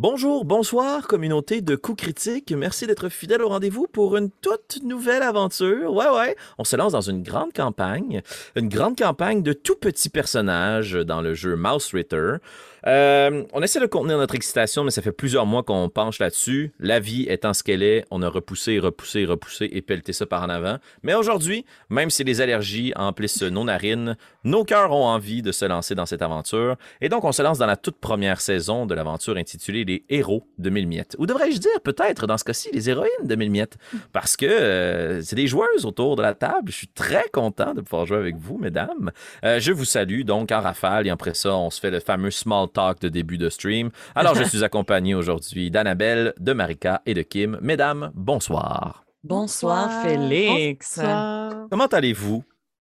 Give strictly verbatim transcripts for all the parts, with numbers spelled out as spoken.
Bonjour, bonsoir, communauté de coups critiques. Merci d'être fidèle au rendez-vous pour une toute nouvelle aventure. Ouais, ouais, on se lance dans une grande campagne, une grande campagne de tout petits personnages dans le jeu Mouse Ritter. Euh, on essaie de contenir notre excitation, mais ça fait plusieurs mois qu'on penche là-dessus. La vie étant ce qu'elle est, on a repoussé, repoussé, repoussé et pelleté ça par en avant. Mais aujourd'hui, même si les allergies emplissent nos narines, nos cœurs ont envie de se lancer dans cette aventure. Et donc, on se lance dans la toute première saison de l'aventure intitulée Les héros de mille miettes. Ou devrais-je dire, peut-être, dans ce cas-ci, les héroïnes de mille miettes. Parce que euh, c'est des joueuses autour de la table. Je suis très content de pouvoir jouer avec vous, mesdames. Euh, je vous salue donc en rafale et après ça, on se fait le fameux small talk de début de stream. Alors, je suis accompagné aujourd'hui d'Annabelle, de Marika et de Kim. Mesdames, bonsoir. Bonsoir, bonsoir Félix. Bonsoir. Comment allez-vous?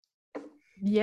Bien.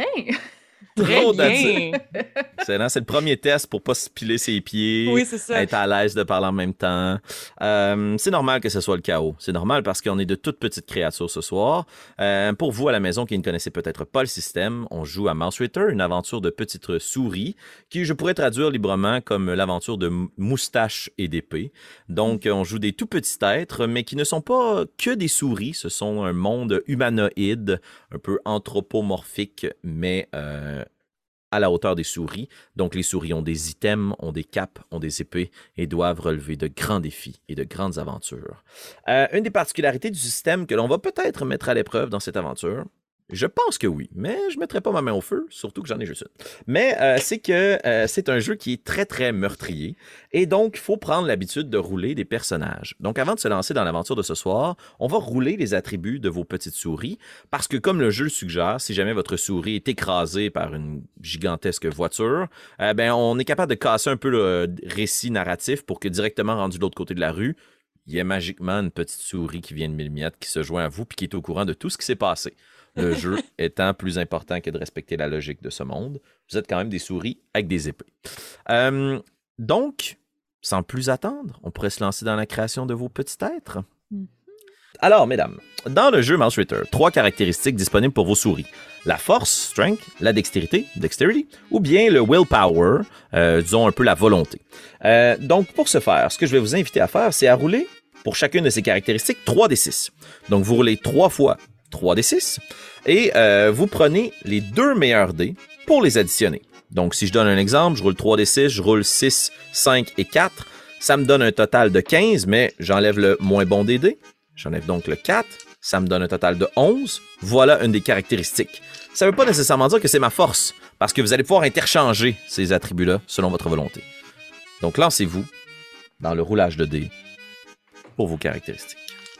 Très bien. Excellent. C'est le premier test pour pas se piler ses pieds, oui, c'est ça. Être à l'aise de parler en même temps. Euh, c'est normal que ce soit le chaos. C'est normal parce qu'on est de toutes petites créatures ce soir. Euh, pour vous à la maison qui ne connaissez peut-être pas le système, on joue à Mouse Ritter, une aventure de petites souris qui je pourrais traduire librement comme l'aventure de moustache et d'épée. Donc, on joue des tout petits êtres, mais qui ne sont pas que des souris. Ce sont un monde humanoïde, un peu anthropomorphique, mais... Euh, à la hauteur des souris. Donc, les souris ont des items, ont des capes, ont des épées et doivent relever de grands défis et de grandes aventures. Euh, une des particularités du système que l'on va peut-être mettre à l'épreuve dans cette aventure, je pense que oui, mais je ne mettrai pas ma main au feu, surtout que j'en ai juste une. Mais euh, c'est que euh, c'est un jeu qui est très, très meurtrier et donc il faut prendre l'habitude de rouler des personnages. Donc avant de se lancer dans l'aventure de ce soir, on va rouler les attributs de vos petites souris parce que comme le jeu le suggère, si jamais votre souris est écrasée par une gigantesque voiture, euh, ben, on est capable de casser un peu le récit narratif pour que directement rendu de l'autre côté de la rue, il y ait magiquement une petite souris qui vient de mille miettes qui se joint à vous puis qui est au courant de tout ce qui s'est passé. Le jeu étant plus important que de respecter la logique de ce monde. Vous êtes quand même des souris avec des épées. Euh, donc, sans plus attendre, on pourrait se lancer dans la création de vos petits êtres. Mm-hmm. Alors, mesdames, dans le jeu Mouse Ritter, trois caractéristiques disponibles pour vos souris. La force, strength, la dextérité, dexterity, ou bien le willpower, euh, disons un peu la volonté. Euh, donc, pour ce faire, ce que je vais vous inviter à faire, c'est à rouler, pour chacune de ces caractéristiques, trois d six. Donc, vous roulez trois fois trois d six, et euh, vous prenez les deux meilleurs dés pour les additionner. Donc, si je donne un exemple, je roule trois d six, je roule six, cinq et quatre, ça me donne un total de quinze, mais j'enlève le moins bon des dés, j'enlève donc le quatre, ça me donne un total de onze, voilà une des caractéristiques. Ça ne veut pas nécessairement dire que c'est ma force, parce que vous allez pouvoir interchanger ces attributs-là selon votre volonté. Donc, lancez-vous dans le roulage de dés pour vos caractéristiques.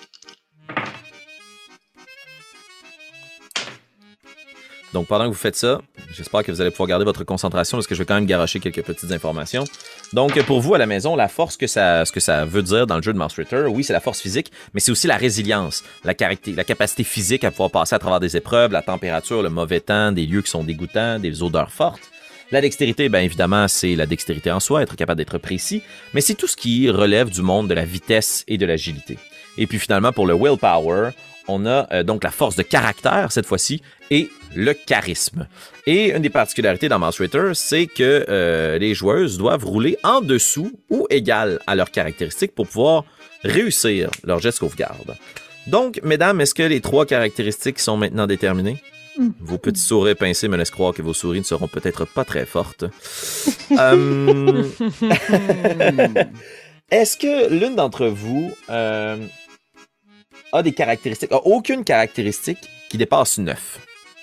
Donc, pendant que vous faites ça, j'espère que vous allez pouvoir garder votre concentration parce que je vais quand même garocher quelques petites informations. Donc, pour vous à la maison, la force que ça, ce que ça veut dire dans le jeu de Mouse Ritter, oui, c'est la force physique, mais c'est aussi la résilience, la, la capacité physique à pouvoir passer à travers des épreuves, la température, le mauvais temps, des lieux qui sont dégoûtants, des odeurs fortes. La dextérité, bien évidemment, c'est la dextérité en soi, être capable d'être précis, mais c'est tout ce qui relève du monde de la vitesse et de l'agilité. Et puis finalement, pour le willpower, on a euh, donc la force de caractère cette fois-ci et le charisme. Et une des particularités dans Mouse Ritter, c'est que euh, les joueuses doivent rouler en dessous ou égal à leurs caractéristiques pour pouvoir réussir leur jet de sauvegarde. Donc, mesdames, est-ce que les trois caractéristiques sont maintenant déterminées? Mm. Vos petits sourires pincés me laissent croire que vos souris ne seront peut-être pas très fortes. euh... Est-ce que l'une d'entre vous euh, a des caractéristiques, a aucune caractéristique qui dépasse neuf?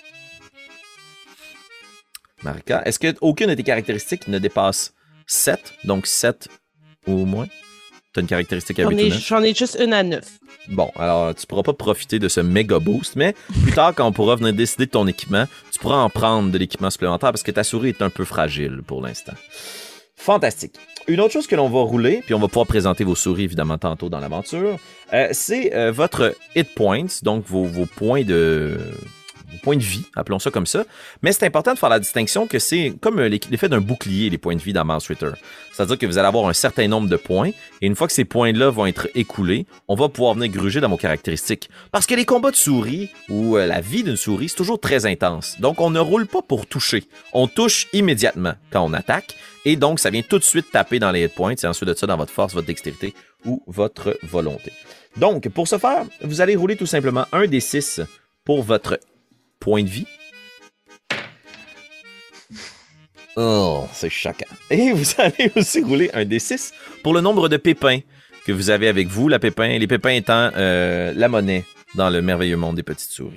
Marika, est-ce qu'aucune de tes caractéristiques ne dépasse sept, donc sept ou moins? Tu as une caractéristique à huit ou neuf? J'en ai juste une à neuf. Bon, alors tu pourras pas profiter de ce méga boost, mais plus tard, quand on pourra venir décider de ton équipement, tu pourras en prendre de l'équipement supplémentaire parce que ta souris est un peu fragile pour l'instant. Fantastique. Une autre chose que l'on va rouler, puis on va pouvoir présenter vos souris évidemment tantôt dans l'aventure, euh, c'est euh, votre hit points, donc vos, vos points de... points de vie, appelons ça comme ça. Mais c'est important de faire la distinction que c'est comme l'effet d'un bouclier, les points de vie dans Mouse Ritter. C'est-à-dire que vous allez avoir un certain nombre de points, et une fois que ces points-là vont être écoulés, on va pouvoir venir gruger dans vos caractéristiques. Parce que les combats de souris, ou euh, la vie d'une souris, c'est toujours très intense. Donc, on ne roule pas pour toucher. On touche immédiatement quand on attaque, et donc, ça vient tout de suite taper dans les hit points, et ensuite de ça, dans votre force, votre dextérité ou votre volonté. Donc, pour ce faire, vous allez rouler tout simplement un des six pour votre point de vie. Oh, c'est choquant. Et vous allez aussi rouler un des six pour le nombre de pépins que vous avez avec vous. La pépin, les pépins étant euh, la monnaie dans le merveilleux monde des petites souris.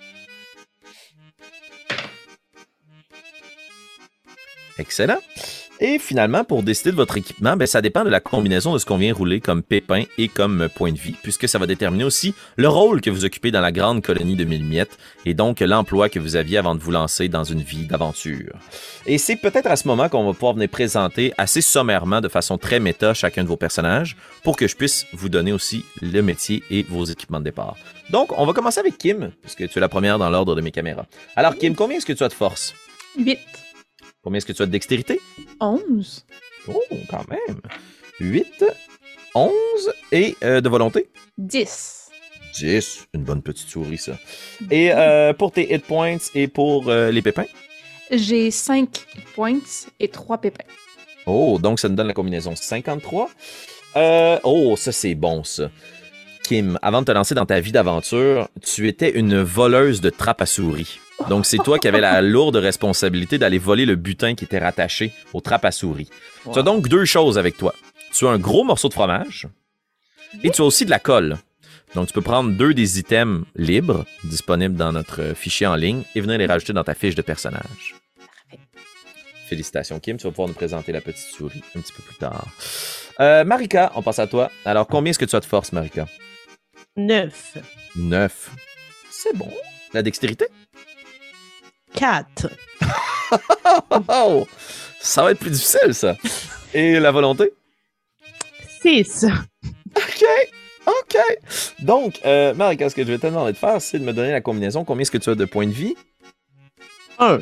Excellent. Et finalement, pour décider de votre équipement, ben, ça dépend de la combinaison de ce qu'on vient rouler comme pépin et comme point de vie, puisque ça va déterminer aussi le rôle que vous occupez dans la grande colonie de mille miettes, et donc l'emploi que vous aviez avant de vous lancer dans une vie d'aventure. Et c'est peut-être à ce moment qu'on va pouvoir venir présenter assez sommairement, de façon très méta, chacun de vos personnages, pour que je puisse vous donner aussi le métier et vos équipements de départ. Donc, on va commencer avec Kim, puisque tu es la première dans l'ordre de mes caméras. Alors, Kim, combien est-ce que tu as de force? huit. Combien est-ce que tu as de dextérité? onze. Oh, quand même. huit, onze et euh, de volonté? dix. dix. Une bonne petite souris, ça. Et euh, pour tes hit points et pour euh, les pépins? J'ai cinq points et trois pépins. Oh, donc ça nous donne la combinaison cinquante-trois. Euh, oh, ça c'est bon, ça. Kim, avant de te lancer dans ta vie d'aventure, tu étais une voleuse de trappes à souris. Donc, c'est toi qui avais la lourde responsabilité d'aller voler le butin qui était rattaché aux trappes à souris. Wow. Tu as donc deux choses avec toi. Tu as un gros morceau de fromage et tu as aussi de la colle. Donc, tu peux prendre deux des items libres disponibles dans notre fichier en ligne et venir les rajouter dans ta fiche de personnage. Félicitations, Kim. Tu vas pouvoir nous présenter la petite souris un petit peu plus tard. Euh, Marika, on passe à toi. Alors, combien est-ce que tu as de force, Marika? neuf. neuf. C'est bon. La dextérité? quatre. Oh, ça va être plus difficile, ça. Et la volonté? six. OK. OK. Donc, euh, Marika, ce que je vais te demander de faire, c'est de me donner la combinaison. Combien est-ce que tu as de points de vie? un.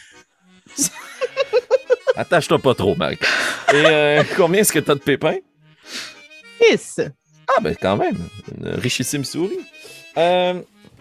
Attache-toi pas trop, Marika. Et euh, combien est-ce que tu as de pépins? six. Ah, ben quand même. Une richissime souris. Euh...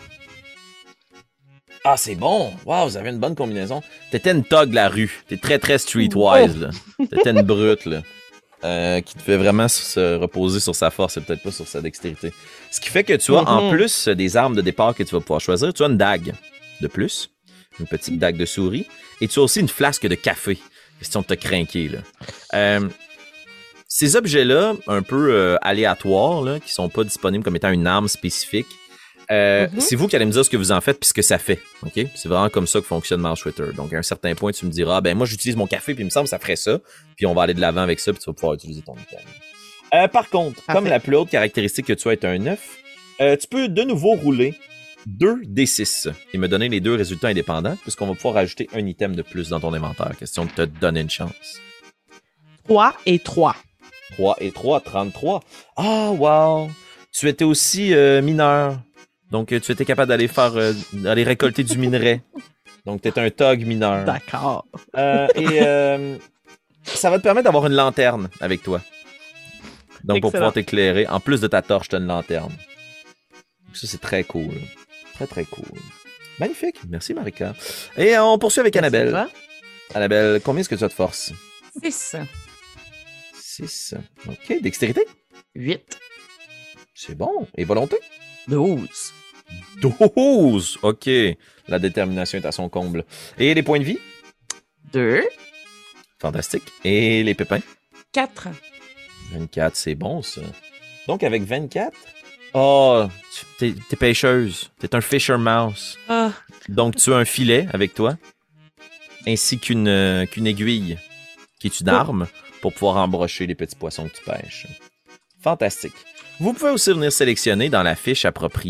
Ah, c'est bon. Wow, vous avez une bonne combinaison. T'étais une tog de la rue. T'es très, très streetwise, là. T'étais une brute, là. Euh, qui devait vraiment se reposer sur sa force et peut-être pas sur sa dextérité. Ce qui fait que tu as, mm-hmm. en plus des armes de départ que tu vas pouvoir choisir, tu as une dague de plus. Une petite dague de souris. Et tu as aussi une flasque de café. Question de te craquer, là. Euh... Ces objets-là, un peu euh, aléatoires, là, qui sont pas disponibles comme étant une arme spécifique, euh, mm-hmm. c'est vous qui allez me dire ce que vous en faites puis ce que ça fait. Okay? C'est vraiment comme ça que fonctionne Mouse Ritter. Donc, à un certain point, tu me diras, ben moi, j'utilise mon café puis il me semble que ça ferait ça. Puis on va aller de l'avant avec ça puis tu vas pouvoir utiliser ton item. Euh, par contre, Parfait. Comme la plus haute caractéristique que tu as est un neuf, euh, tu peux de nouveau rouler deux D six et me donner les deux résultats indépendants puisqu'on va pouvoir rajouter un item de plus dans ton inventaire. Question de te donner une chance. trois et trois. trois et trois, trente-trois. Ah, oh, wow! Tu étais aussi euh, mineur. Donc, tu étais capable d'aller faire, euh, d'aller récolter du minerai. Donc, tu étais un tog mineur. D'accord. Euh, et euh, ça va te permettre d'avoir une lanterne avec toi. Donc, Excellent. Pour pouvoir t'éclairer, en plus de ta torche, tu as une lanterne. Donc, ça, c'est très cool. Très, très cool. Magnifique. Merci, Marika. Et on poursuit avec Merci Annabelle. Annabelle, combien est-ce que tu as de force? six. six. OK. Dextérité? huit. C'est bon. Et volonté? douze. douze! OK. La détermination est à son comble. Et les points de vie? deux. Fantastique. Et les pépins? quatre. vingt-quatre, c'est bon, ça. Donc, avec vingt-quatre... Oh, t'es, t'es pêcheuse. T'es un fisher mouse. Ah. Donc, tu as un filet avec toi, ainsi qu'une, euh, qu'une aiguille, qui est une arme, pour pouvoir embrocher les petits poissons que tu pêches. Fantastique. Vous pouvez aussi venir sélectionner dans la fiche appropriée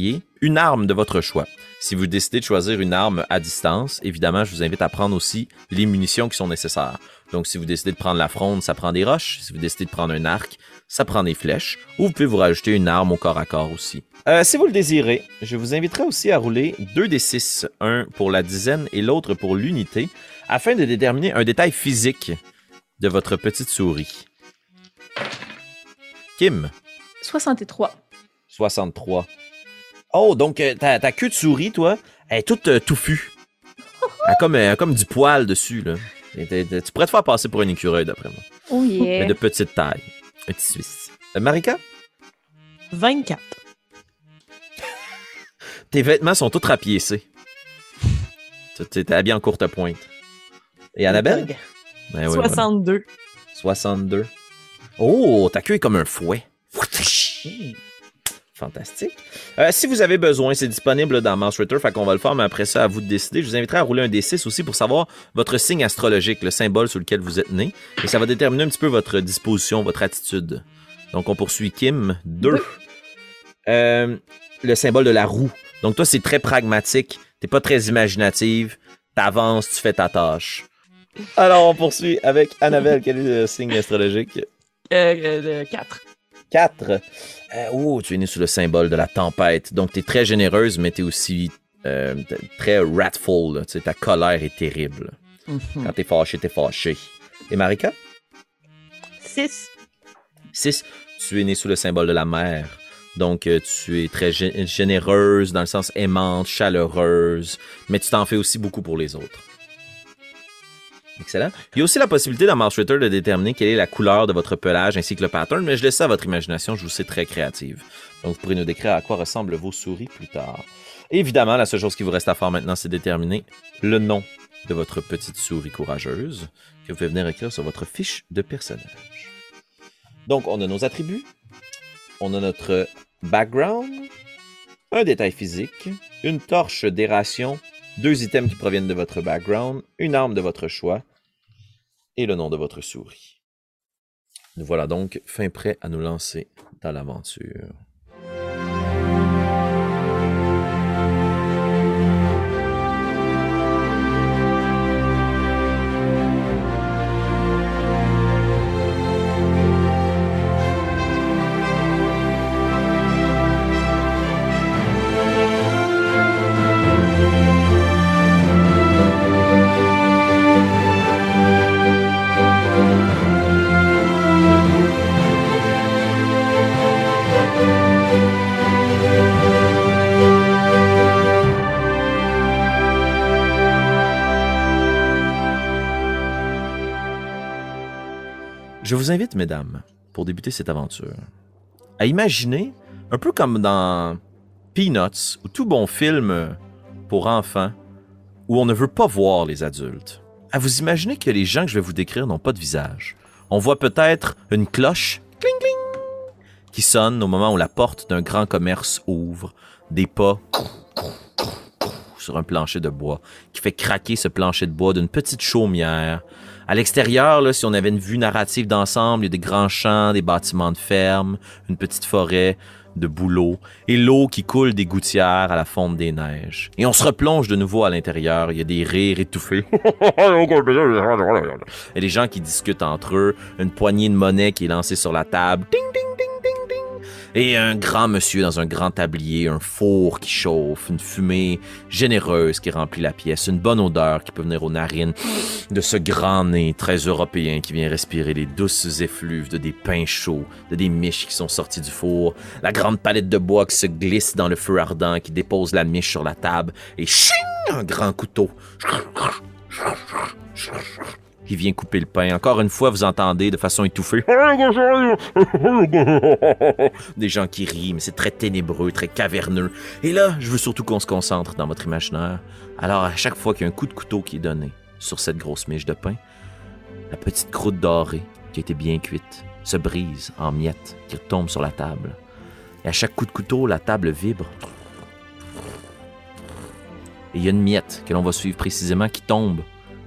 une arme de votre choix. Si vous décidez de choisir une arme à distance, évidemment, je vous invite à prendre aussi les munitions qui sont nécessaires. Donc, si vous décidez de prendre la fronde, ça prend des roches. Si vous décidez de prendre un arc, ça prend des flèches. Ou vous pouvez vous rajouter une arme au corps à corps aussi. Euh, si vous le désirez, je vous inviterai aussi à rouler deux des six, un pour la dizaine et l'autre pour l'unité, afin de déterminer un détail physique de votre petite souris. Kim? soixante-trois. soixante-trois. Oh, donc euh, ta, ta queue de souris, toi, elle est toute euh, touffue. Elle a comme, euh, comme du poil dessus, là. Et, et, et, tu pourrais te faire passer pour un écureuil, d'après moi. Oh yeah. Mais de petite taille. Un petit Suisse. Euh, Marika? vingt-quatre. Tes vêtements sont tous rapiécés. Tu es habillé en courte pointe. Et Annabelle? Ben, oui, soixante-deux. Voilà. soixante-deux. Oh, ta queue est comme un fouet. Fantastique. Euh, si vous avez besoin, c'est disponible dans Mouse Ritter, fait qu'on va le faire, mais après ça, à vous de décider. Je vous inviterai à rouler un D six aussi pour savoir votre signe astrologique, le symbole sur lequel vous êtes né. Et ça va déterminer un petit peu votre disposition, votre attitude. Donc, on poursuit Kim. Deux. Euh, le symbole de la roue. Donc, toi, c'est très pragmatique. T'es pas très imaginative. T'avances, tu fais ta tâche. Alors, on poursuit avec Annabelle. Quel est le signe astrologique? Euh, euh, quatre. quatre. Euh, oh, tu es né sous le symbole de la tempête. Donc, tu es très généreuse, mais tu es aussi euh, très wrathful. Là. Tu sais, ta colère est terrible. Mm-hmm. Quand tu es fâché, tu es fâché. Et Marika? six. six. Tu es né sous le symbole de la mer. Donc, euh, tu es très gé- généreuse, dans le sens aimante, chaleureuse, mais tu t'en fais aussi beaucoup pour les autres. Excellent. Il y a aussi la possibilité dans Mouse Ritter de déterminer quelle est la couleur de votre pelage ainsi que le pattern, mais je laisse ça à votre imagination, je vous sais très créative. Donc, vous pourrez nous décrire à quoi ressemblent vos souris plus tard. Et évidemment, la seule chose qui vous reste à faire maintenant, c'est déterminer le nom de votre petite souris courageuse que vous pouvez venir écrire sur votre fiche de personnage. Donc, on a nos attributs, on a notre background, un détail physique, une torche d'ération, deux items qui proviennent de votre background, une arme de votre choix et le nom de votre souris. Nous voilà donc fin prêt à nous lancer dans l'aventure. Je vous invite, mesdames, pour débuter cette aventure, à imaginer, un peu comme dans Peanuts, ou tout bon film pour enfants, où on ne veut pas voir les adultes, à vous imaginer que les gens que je vais vous décrire n'ont pas de visage. On voit peut-être une cloche, cling cling, qui sonne au moment où la porte d'un grand commerce ouvre, des pas sur un plancher de bois, qui fait craquer ce plancher de bois d'une petite chaumière. À l'extérieur, là, si on avait une vue narrative d'ensemble, il y a des grands champs, des bâtiments de ferme, une petite forêt de bouleaux, et l'eau qui coule des gouttières à la fonte des neiges. Et on se replonge de nouveau à l'intérieur, il y a des rires étouffés. Et des gens qui discutent entre eux, une poignée de monnaie qui est lancée sur la table. Ding, ding, ding, ding, ding. Et un grand monsieur dans un grand tablier, un four qui chauffe, une fumée généreuse qui remplit la pièce, une bonne odeur qui peut venir aux narines de ce grand nez très européen qui vient respirer les douces effluves de des pains chauds, de des miches qui sont sorties du four, la grande palette de bois qui se glisse dans le feu ardent, qui dépose la miche sur la table, et ching, un grand couteau qui vient couper le pain. Encore une fois, vous entendez de façon étouffée des gens qui rient, mais c'est très ténébreux, très caverneux. Et là, je veux surtout qu'on se concentre dans votre imaginaire. Alors, à chaque fois qu'il y a un coup de couteau qui est donné sur cette grosse miche de pain, la petite croûte dorée, qui a été bien cuite, se brise en miettes qui retombent sur la table. Et à chaque coup de couteau, la table vibre. Et il y a une miette que l'on va suivre précisément qui tombe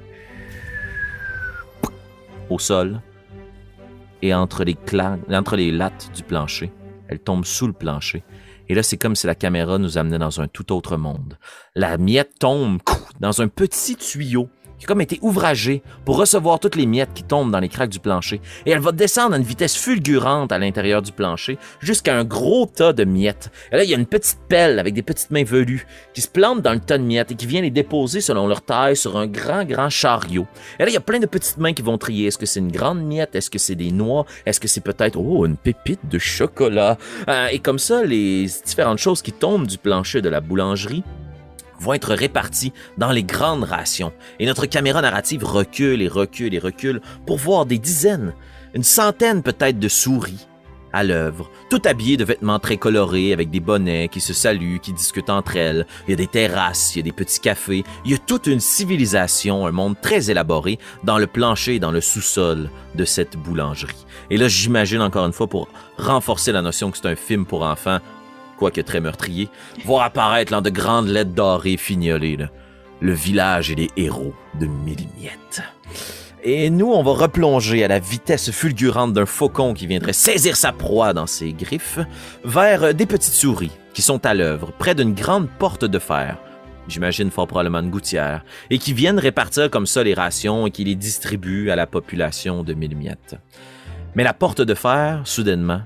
au sol et entre les, cla- entre les lattes du plancher. Elle tombe sous le plancher Et là, c'est comme si la caméra nous amenait dans un tout autre monde. La miette tombe dans un petit tuyau qui a comme été ouvragé pour recevoir toutes les miettes qui tombent dans les craques du plancher. Et elle va descendre à une vitesse fulgurante à l'intérieur du plancher jusqu'à un gros tas de miettes. Et là, il y a une petite pelle avec des petites mains velues qui se plante dans le tas de miettes et qui vient les déposer selon leur taille sur un grand, grand chariot. Et là, il y a plein de petites mains qui vont trier. Est-ce que c'est une grande miette? Est-ce que c'est des noix? Est-ce que c'est peut-être, oh, une pépite de chocolat? Euh, et comme ça, les différentes choses qui tombent du plancher de la boulangerie vont être répartis dans les grandes rations. Et notre caméra narrative recule et recule et recule pour voir des dizaines, une centaine peut-être de souris à l'œuvre, toutes habillées de vêtements très colorés avec des bonnets qui se saluent, qui discutent entre elles. Il y a des terrasses, il y a des petits cafés. Il y a toute une civilisation, un monde très élaboré dans le plancher et dans le sous-sol de cette boulangerie. Et là, j'imagine encore une fois, pour renforcer la notion que c'est un film pour enfants, quoique très meurtrier, voir apparaître dans de grandes lettres dorées fignolées, là, le village et les héros de Millimiette. Et nous, on va replonger à la vitesse fulgurante d'un faucon qui viendrait saisir sa proie dans ses griffes vers des petites souris qui sont à l'œuvre près d'une grande porte de fer, j'imagine fort probablement une gouttière, et qui viennent répartir comme ça les rations et qui les distribuent à la population de Millimiette. Mais la porte de fer, soudainement,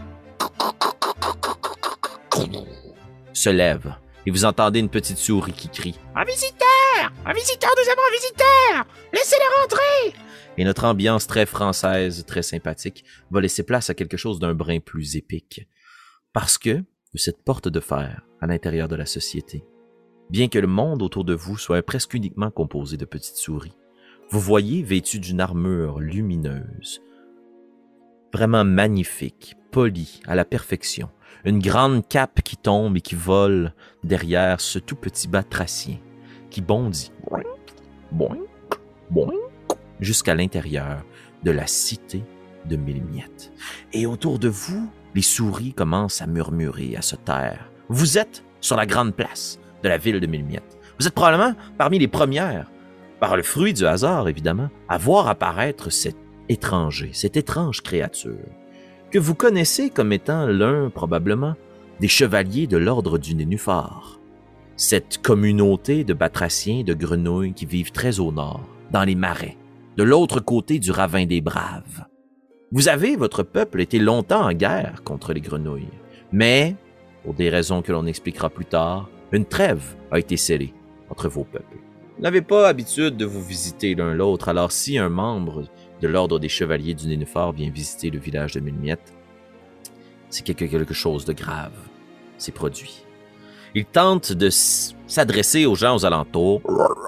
se lève et vous entendez une petite souris qui crie « Un visiteur! Un visiteur! Nous avons un visiteur! Laissez-le rentrer! » Et notre ambiance très française, très sympathique, va laisser place à quelque chose d'un brin plus épique. Parce que, de cette porte de fer à l'intérieur de la société, bien que le monde autour de vous soit presque uniquement composé de petites souris, vous voyez vêtu d'une armure lumineuse, vraiment magnifique, polie à la perfection, une grande cape qui tombe et qui vole derrière ce tout petit batracien qui bondit boing, boing, boing, jusqu'à l'intérieur de la cité de Millimiette. Et autour de vous, les souris commencent à murmurer, à se taire. Vous êtes sur la grande place de la ville de Millimiette. Vous êtes probablement parmi les premières, par le fruit du hasard évidemment, à voir apparaître cet étranger, cette étrange créature, que vous connaissez comme étant l'un, probablement, des chevaliers de l'ordre du Nénuphar. Cette communauté de batraciens et de grenouilles qui vivent très au nord, dans les marais, de l'autre côté du ravin des Braves. Vous avez, votre peuple, été longtemps en guerre contre les grenouilles, mais, pour des raisons que l'on expliquera plus tard, une trêve a été scellée entre vos peuples. Vous n'avez pas habitude de vous visiter l'un l'autre, alors si un membre de l'ordre des chevaliers du Nénuphar vient visiter le village de Millimiette, c'est que quelque chose de grave s'est produit. Il tente de s'adresser aux gens aux alentours,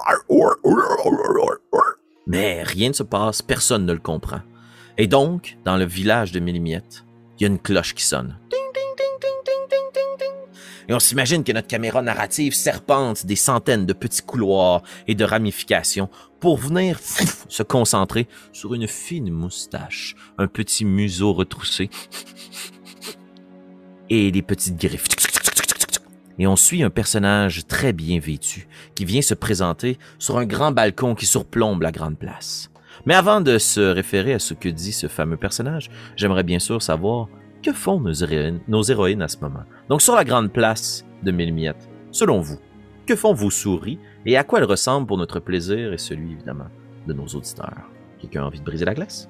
mais rien ne se passe, personne ne le comprend. Et donc, dans le village de Millimiette, il y a une cloche qui sonne. Et on s'imagine que notre caméra narrative serpente des centaines de petits couloirs et de ramifications pour venir pff, se concentrer sur une fine moustache, un petit museau retroussé et des petites griffes. Et on suit un personnage très bien vêtu qui vient se présenter sur un grand balcon qui surplombe la grande place. Mais avant de se référer à ce que dit ce fameux personnage, j'aimerais bien sûr savoir que font nos héroïnes, nos héroïnes à ce moment. Donc sur la grande place de Millimiette, selon vous, que font vos souris et à quoi elles ressemblent pour notre plaisir et celui évidemment de nos auditeurs? Quelqu'un a envie de briser la glace?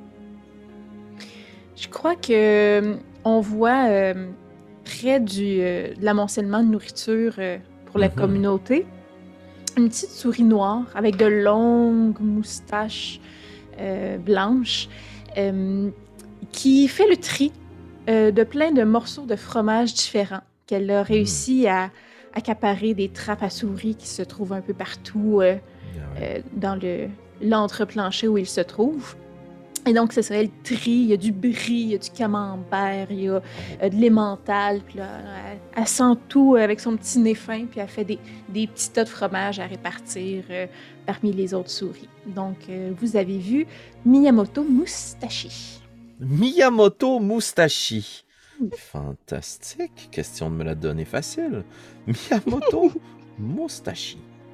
Je crois que euh, on voit euh, près du, euh, de l'amoncellement de nourriture euh, pour la Mhm. communauté une petite souris noire avec de longues moustaches euh, blanches euh, qui fait le tri euh, de plein de morceaux de fromage différents qu'elle a réussi à accaparer des trappes à souris qui se trouvent un peu partout euh, euh, dans le l'entreplancher où il se trouve. Et donc, c'est ça, elle trie, il y a du brie, il y a du camembert, il y a euh, de l'emmental, puis là, elle, elle sent tout avec son petit nez fin, puis elle fait des, des petits tas de fromage à répartir euh, parmi les autres souris. Donc, euh, vous avez vu Miyamoto Mustachi. Miyamoto Mustachi. Fantastique. Question de me la donner facile. Miyamoto Mustachi.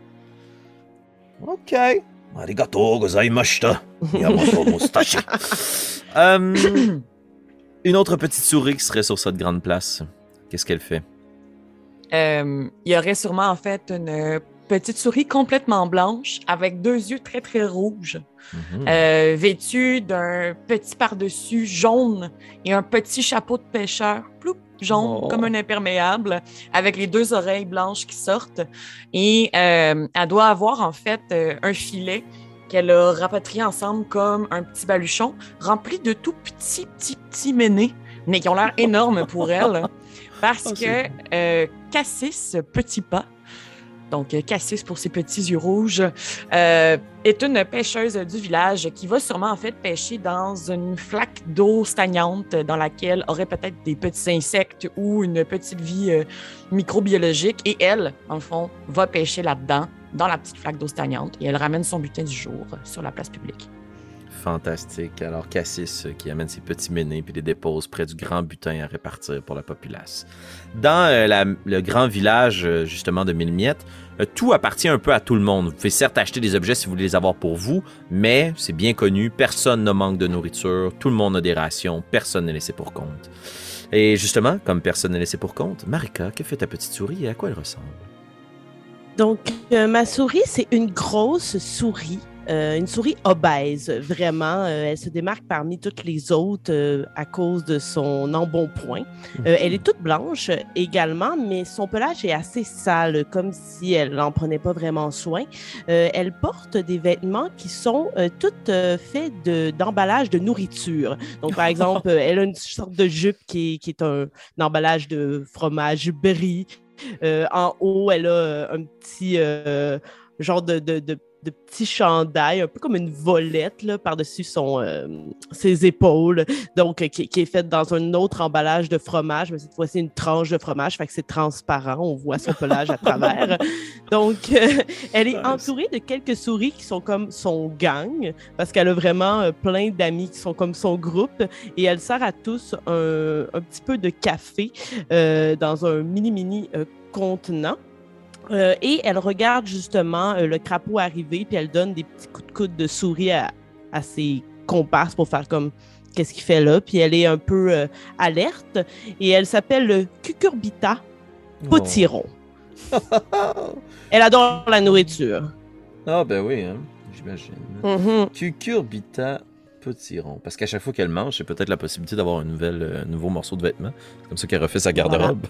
OK. Arigato gozaimashita. Miyamoto Mustachi. Euh, une autre petite souris qui serait sur cette grande place Qu'est-ce qu'elle fait? Euh, il y aurait sûrement en fait une petite souris complètement blanche avec deux yeux très très rouges, Mhm. euh, vêtue d'un petit par-dessus jaune et un petit chapeau de pêcheur, ploup, jaune Oh. comme un imperméable, avec les deux oreilles blanches qui sortent. Et euh, elle doit avoir en fait euh, un filet qu'elle a rapatrié ensemble comme un petit baluchon rempli de tout petits, petits, petits ménés, mais qui ont l'air énormes pour elle. Parce Oh, que c'est- euh, Cassis Petit Pas, donc euh, Cassis pour ses petits yeux rouges, euh, est une pêcheuse du village qui va sûrement en fait pêcher dans une flaque d'eau stagnante dans laquelle aurait peut-être des petits insectes ou une petite vie euh, microbiologique. Et elle, en fond, va pêcher là-dedans, dans la petite flaque d'eau stagnante, et elle ramène son butin du jour euh, sur la place publique. Fantastique. Alors, Cassis euh, qui amène ses petits ménés puis les dépose près du grand butin à répartir pour la populace. Dans euh, la- le grand village, euh, justement, de Mille-Miettes, euh, tout appartient un peu à tout le monde. Vous pouvez certes acheter des objets si vous voulez les avoir pour vous, mais c'est bien connu, personne ne manque de nourriture, tout le monde a des rations, personne n'est laissé pour compte. Et justement, comme personne n'est laissé pour compte, Marika, que fait ta petite souris et à quoi elle ressemble? Donc, euh, ma souris, c'est une grosse souris, euh, une souris obèse, vraiment. Euh, elle se démarque parmi toutes les autres euh, à cause de son embonpoint. Euh, elle est toute blanche euh, également, mais son pelage est assez sale, comme si elle n'en prenait pas vraiment soin. Euh, elle porte des vêtements qui sont euh, toutes euh, faits de, d'emballage de nourriture. Donc, par exemple, euh, elle a une sorte de jupe qui est, qui est un, un emballage de fromage brie. Euh, en haut, elle a euh, un petit euh, genre de, de, de, de petit chandail, un peu comme une volette là, par-dessus son, euh, ses épaules, donc euh, qui, qui est faite dans un autre emballage de fromage, mais cette fois-ci une tranche de fromage, fait que c'est transparent, on voit son pelage à travers. Donc, euh, elle est entourée de quelques souris qui sont comme son gang, parce qu'elle a vraiment euh, plein d'amis qui sont comme son groupe, et elle sert à tous un, un petit peu de café euh, dans un mini-mini euh, contenant. Euh, et elle regarde justement euh, le crapaud arriver, puis elle donne des petits coups de coude de souris à, à ses comparses pour faire comme qu'est-ce qu'il fait là. Puis elle est un peu euh, alerte et elle s'appelle le Cucurbita Potiron. Elle adore la nourriture. Ah, ben oui, hein, j'imagine. Mm-hmm. Cucurbita Potiron. Parce qu'à chaque fois qu'elle mange, c'est peut-être la possibilité d'avoir un nouvel, euh, nouveau morceau de vêtement. C'est comme ça qu'elle refait sa garde-robe.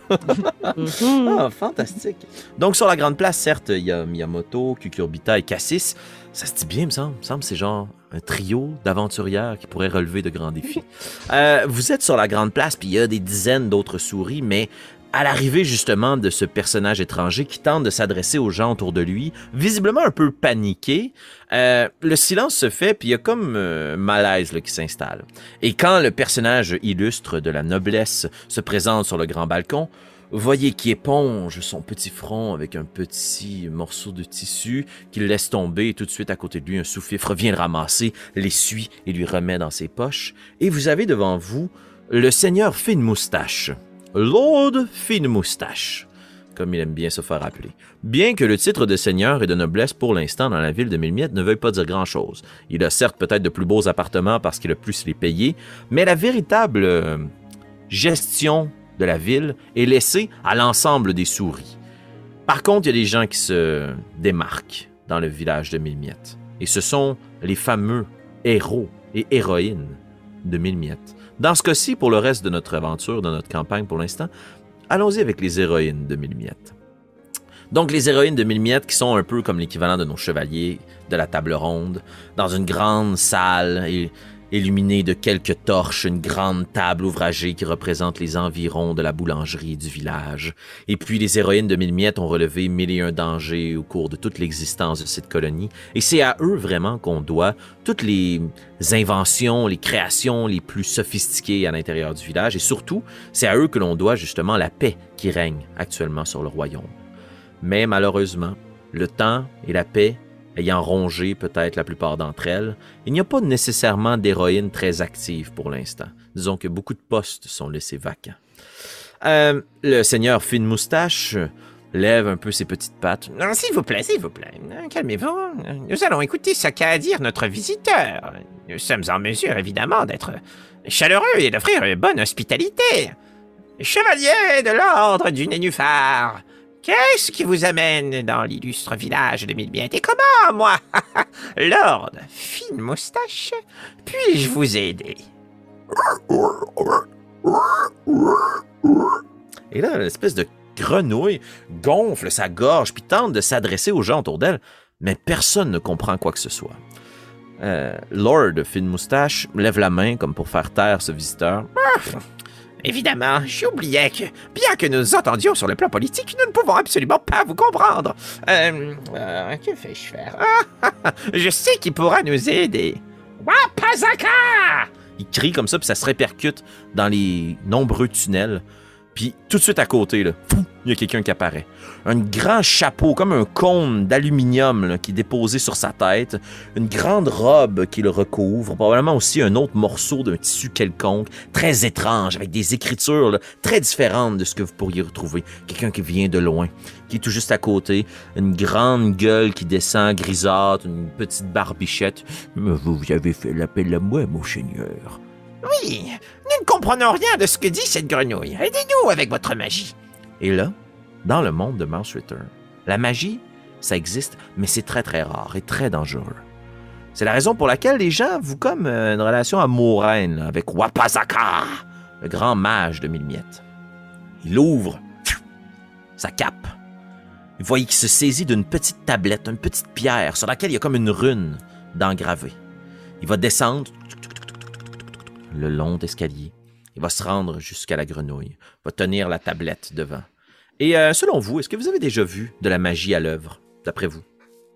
Mm-hmm. Ah, fantastique. Donc, sur la grande place, certes, il y a Miyamoto, Cucurbita et Cassis. Ça se dit bien, il me semble. Il me semble que c'est genre un trio d'aventurières qui pourrait relever de grands défis. Euh, vous êtes sur la grande place, puis il y a des dizaines d'autres souris, mais à l'arrivée justement de ce personnage étranger qui tente de s'adresser aux gens autour de lui, visiblement un peu paniqué, euh, le silence se fait, puis il y a comme euh, malaise là, qui s'installe. Et quand le personnage illustre de la noblesse se présente sur le grand balcon, voyez qui éponge son petit front avec un petit morceau de tissu qu'il laisse tomber et tout de suite à côté de lui, un sous-fifre vient le ramasser, l'essuie et lui remet dans ses poches. Et vous avez devant vous le seigneur Fine Moustache. Lord Fine Moustache, comme il aime bien se faire appeler. Bien que le titre de seigneur et de noblesse pour l'instant dans la ville de Mille-Miettes ne veuille pas dire grand-chose. Il a certes peut-être de plus beaux appartements parce qu'il a plus les payés, mais la véritable euh, gestion de la ville est laissée à l'ensemble des souris. Par contre, il y a des gens qui se démarquent dans le village de Mille-Miettes. Et ce sont les fameux héros et héroïnes de Mille-Miettes. Dans ce cas-ci, pour le reste de notre aventure, de notre campagne pour l'instant, allons-y avec les héroïnes de Mille-Miettes. Donc, les héroïnes de Mille-Miettes qui sont un peu comme l'équivalent de nos chevaliers de la table ronde, dans une grande salle et illuminée de quelques torches, une grande table ouvragée qui représente les environs de la boulangerie du village. Et puis, les héroïnes de Mille-Miettes ont relevé mille et un dangers au cours de toute l'existence de cette colonie. Et c'est à eux vraiment qu'on doit toutes les inventions, les créations les plus sophistiquées à l'intérieur du village. Et surtout, c'est à eux que l'on doit justement la paix qui règne actuellement sur le royaume. Mais malheureusement, le temps et la paix ayant rongé peut-être la plupart d'entre elles, il n'y a pas nécessairement d'héroïnes très actives pour l'instant. Disons que beaucoup de postes sont laissés vacants. Euh, le seigneur Fine Moustache lève un peu ses petites pattes. Non, s'il vous plaît, s'il vous plaît, calmez-vous. Nous allons écouter ce qu'a à dire notre visiteur. Nous sommes en mesure, évidemment, d'être chaleureux et d'offrir une bonne hospitalité. Chevalier de l'ordre du Nénuphar, qu'est-ce qui vous amène dans l'illustre village de Milbiette? Et comment, moi, Lord Fine Moustache, puis-je vous aider? Et là, l'espèce de grenouille gonfle sa gorge puis tente de s'adresser aux gens autour d'elle, mais personne ne comprend quoi que ce soit. Euh, Lord Fine Moustache lève la main comme pour faire taire ce visiteur. Ah, évidemment, j'oubliais que, bien que nous nous entendions sur le plan politique, nous ne pouvons absolument pas vous comprendre. Euh, euh, que fais-je faire? Ah, je sais qui pourra nous aider. Wapazaka! Il crie comme ça, puis ça se répercute dans les nombreux tunnels. Puis tout de suite à côté, là, il y a quelqu'un qui apparaît. Un grand chapeau, comme un cône d'aluminium là, qui est déposé sur sa tête. Une grande robe qui le recouvre. Probablement aussi un autre morceau d'un tissu quelconque, très étrange, avec des écritures là, très différentes de ce que vous pourriez retrouver. Quelqu'un qui vient de loin, qui est tout juste à côté. Une grande gueule qui descend grisâtre, une petite barbichette. « Mais vous, vous avez fait l'appel à moi, mon seigneur. » Oui, nous ne comprenons rien de ce que dit cette grenouille. Aidez-nous avec votre magie. Et là, dans le monde de Mouse Return, la magie, ça existe, mais c'est très très rare et très dangereux. C'est la raison pour laquelle les gens vouent comme une relation amoureuse avec Wapazaka, le grand mage de mille miettes. Il ouvre sa cape. Vous voyez qu'il se saisit d'une petite tablette, une petite pierre sur laquelle il y a comme une rune d'engravé. Il va descendre le long d'escalier. Il va se rendre jusqu'à la grenouille. Il va tenir la tablette devant. Et euh, selon vous, est-ce que vous avez déjà vu de la magie à l'œuvre, d'après vous?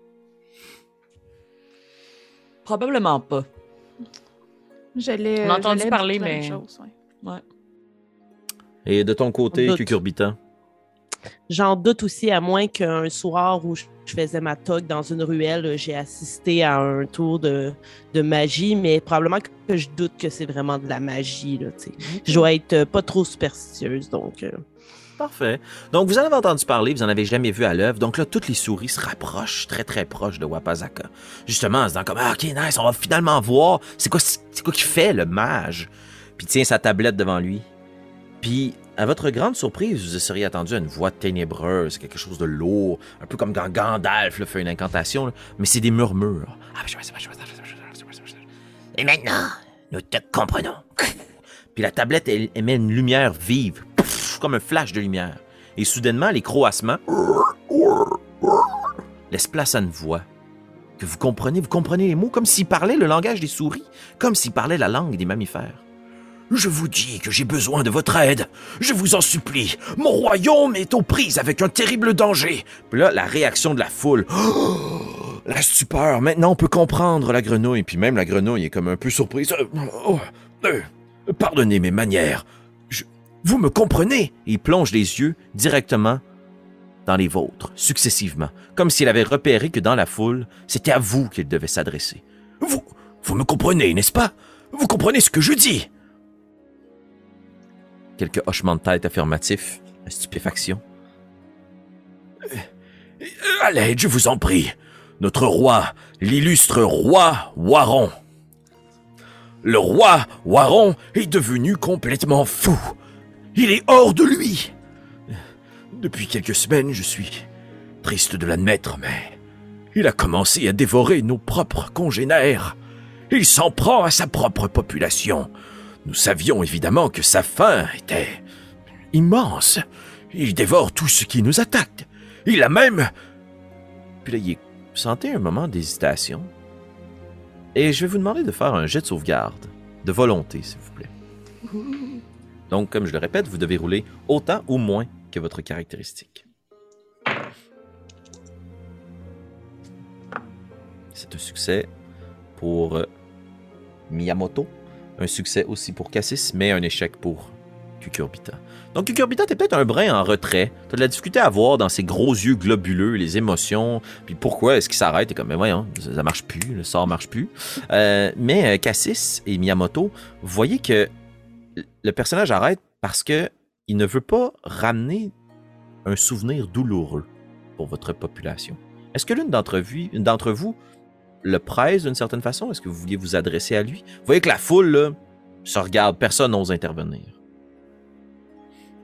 Probablement pas. J'allais. On a entendu j'allais parler, dire la même mais- chose, ouais. Ouais. Et de ton côté, Doute. Cucurbitan? J'en doute aussi, à moins qu'un soir où je je faisais ma toque dans une ruelle, j'ai assisté à un tour de, de magie, mais probablement que je doute que c'est vraiment de la magie. Là, tu sais. Je dois être euh, pas trop superstitieuse, donc... euh, Parfait. Donc, vous en avez entendu parler, vous en avez jamais vu à l'œuvre. Donc là, toutes les souris se rapprochent très, très proches de Wapazaka. Justement, en se disant comme, ah, OK, nice, on va finalement voir c'est quoi, c'est quoi qu'il fait, le mage. Puis il tient sa tablette devant lui. Puis, à votre grande surprise, vous seriez attendu à une voix ténébreuse, quelque chose de lourd, un peu comme quand Gandalf là, fait une incantation, là, mais c'est des murmures. Et maintenant, nous te comprenons. Puis la tablette elle, émet une lumière vive, pouf, comme un flash de lumière. Et soudainement, les croassements laissent place à une voix que vous comprenez, vous comprenez les mots comme s'il parlait le langage des souris, comme s'il parlait la langue des mammifères. Je vous dis que j'ai besoin de votre aide. Je vous en supplie. Mon royaume est aux prises avec un terrible danger. Puis là, la réaction de la foule. Oh, la stupeur. Maintenant, on peut comprendre la grenouille. Puis même la grenouille est comme un peu surprise. Euh, oh, euh, pardonnez mes manières. Je- vous me comprenez? Il plonge les yeux directement dans les vôtres, successivement, comme s'il avait repéré que dans la foule, c'était à vous qu'il devait s'adresser. Vous, vous me comprenez, n'est-ce pas? Vous comprenez ce que je dis? Quelques hochements de tête affirmatifs, la stupéfaction. Euh, à l'aide, je vous en prie. Notre roi, l'illustre roi Waron. Le roi Waron est devenu complètement fou. Il est hors de lui. Depuis quelques semaines, je suis triste de l'admettre, mais il a commencé à dévorer nos propres congénères. Il s'en prend à sa propre population. Nous savions évidemment que sa faim était immense. Il dévore tout ce qui nous attaque. Il a même... Puis là, il sentez un moment d'hésitation. Et je vais vous demander de faire un jet de sauvegarde. De volonté, s'il vous plaît. Donc, comme je le répète, vous devez rouler autant ou moins que votre caractéristique. C'est un succès pour euh, Miyamoto. Un succès aussi pour Cassis, mais un échec pour Cucurbita. Donc, Cucurbita, t'es peut-être un brin en retrait. T'as de la difficulté à voir dans ses gros yeux globuleux les émotions. Puis pourquoi est-ce qu'il s'arrête? T'es comme, mais voyons, ça, ça marche plus, le sort marche plus. Euh, mais euh, Cassis et Miyamoto, vous voyez que le personnage arrête parce que il ne veut pas ramener un souvenir douloureux pour votre population. Est-ce que l'une d'entre vous, une d'entre vous le presse d'une certaine façon? Est-ce que vous vouliez vous adresser à lui? Vous voyez que la foule, là, se regarde, personne n'ose intervenir.